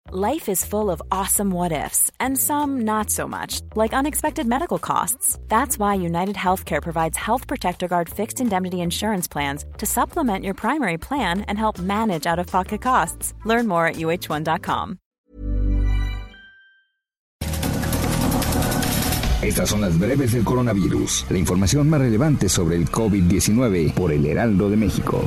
Life is full of awesome what-ifs, and some not so much, like unexpected medical costs. That's why United Healthcare provides Health Protector Guard fixed indemnity insurance plans to supplement your primary plan and help manage out-of-pocket costs. Learn more at uh1.com. Estas son las breves del coronavirus, la información más relevante sobre el COVID-19 por el Heraldo de México.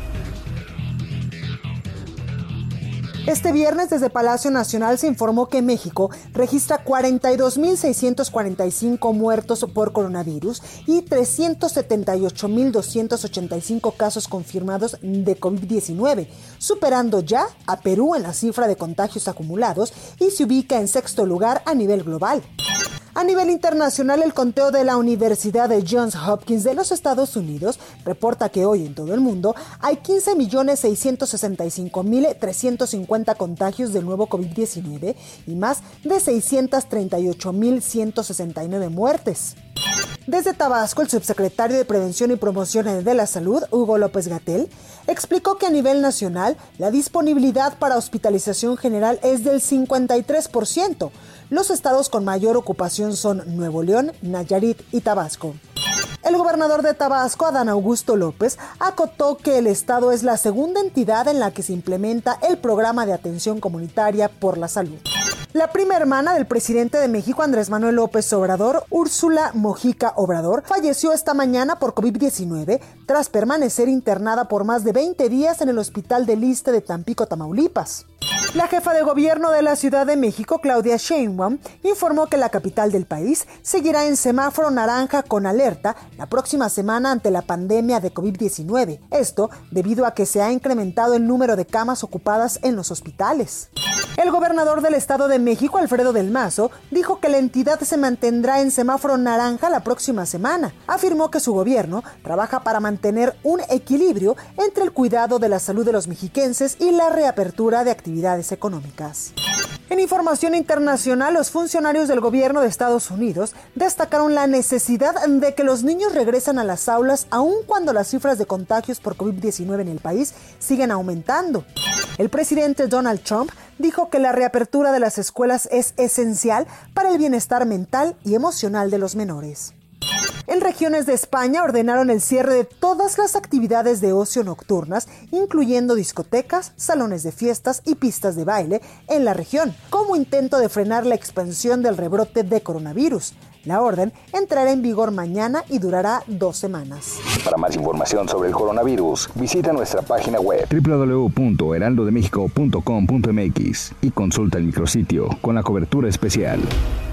Este viernes desde Palacio Nacional se informó que México registra 42.645 muertos por coronavirus y 378.285 casos confirmados de COVID-19, superando ya a Perú en la cifra de contagios acumulados y se ubica en sexto lugar a nivel global. A nivel internacional, el conteo de la Universidad de Johns Hopkins de los Estados Unidos reporta que hoy en todo el mundo hay 15.665.350 contagios del nuevo COVID-19 y más de 638.169 muertes. Desde Tabasco, el subsecretario de Prevención y Promoción de la Salud, Hugo López-Gatell, explicó que a nivel nacional la disponibilidad para hospitalización general es del 53%. Los estados con mayor ocupación son Nuevo León, Nayarit y Tabasco. El gobernador de Tabasco, Adán Augusto López, acotó que el estado es la segunda entidad en la que se implementa el programa de atención comunitaria por la salud. La prima hermana del presidente de México, Andrés Manuel López Obrador, Úrsula Mojica Obrador, falleció esta mañana por COVID-19 tras permanecer internada por más de 20 días en el Hospital del Iste de Tampico, Tamaulipas. La jefa de gobierno de la Ciudad de México, Claudia Sheinbaum, informó que la capital del país seguirá en semáforo naranja con alerta la próxima semana ante la pandemia de COVID-19. Esto debido a que se ha incrementado el número de camas ocupadas en los hospitales. El gobernador del Estado de México, Alfredo del Mazo, dijo que la entidad se mantendrá en semáforo naranja la próxima semana. Afirmó que su gobierno trabaja para mantener un equilibrio entre el cuidado de la salud de los mexiquenses y la reapertura de actividades económicas. En información internacional, los funcionarios del gobierno de Estados Unidos destacaron la necesidad de que los niños regresen a las aulas aun cuando las cifras de contagios por COVID-19 en el país siguen aumentando. El presidente Donald Trump dijo que la reapertura de las escuelas es esencial para el bienestar mental y emocional de los menores. En regiones de España ordenaron el cierre de todas las actividades de ocio nocturnas, incluyendo discotecas, salones de fiestas y pistas de baile en la región, como intento de frenar la expansión del rebrote de coronavirus. La orden entrará en vigor mañana y durará 2 semanas. Para más información sobre el coronavirus, visita nuestra página web www.heraldodemexico.com.mx y consulta el micrositio con la cobertura especial.